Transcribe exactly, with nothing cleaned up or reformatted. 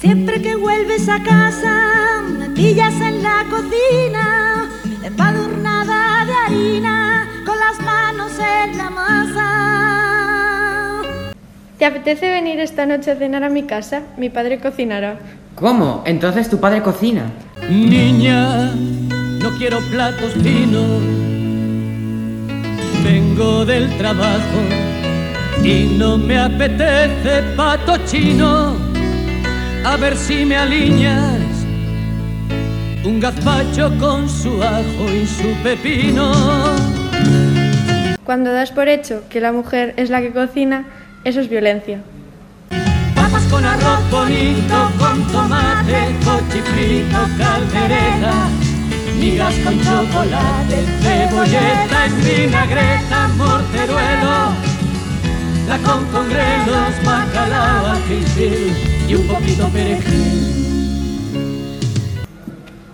Siempre que vuelves a casa, me pillas en la cocina, empadurnada de harina, con las manos en la masa. ¿Te apetece venir esta noche a cenar a mi casa? Mi padre cocinará. ¿Cómo? ¿Entonces tu padre cocina? Niña, no quiero platos finos. Vengo del trabajo y no me apetece pato chino. A ver si me aliñas un gazpacho con su ajo y su pepino. Cuando das por hecho que la mujer es la que cocina, eso es violencia. Papas con arroz bonito, con tomate, cochifrito, caldereta, migas con chocolate, cebolleta, vinagreta, morteruelo, la con con grelos, bacalao, ají y un poquito perejil.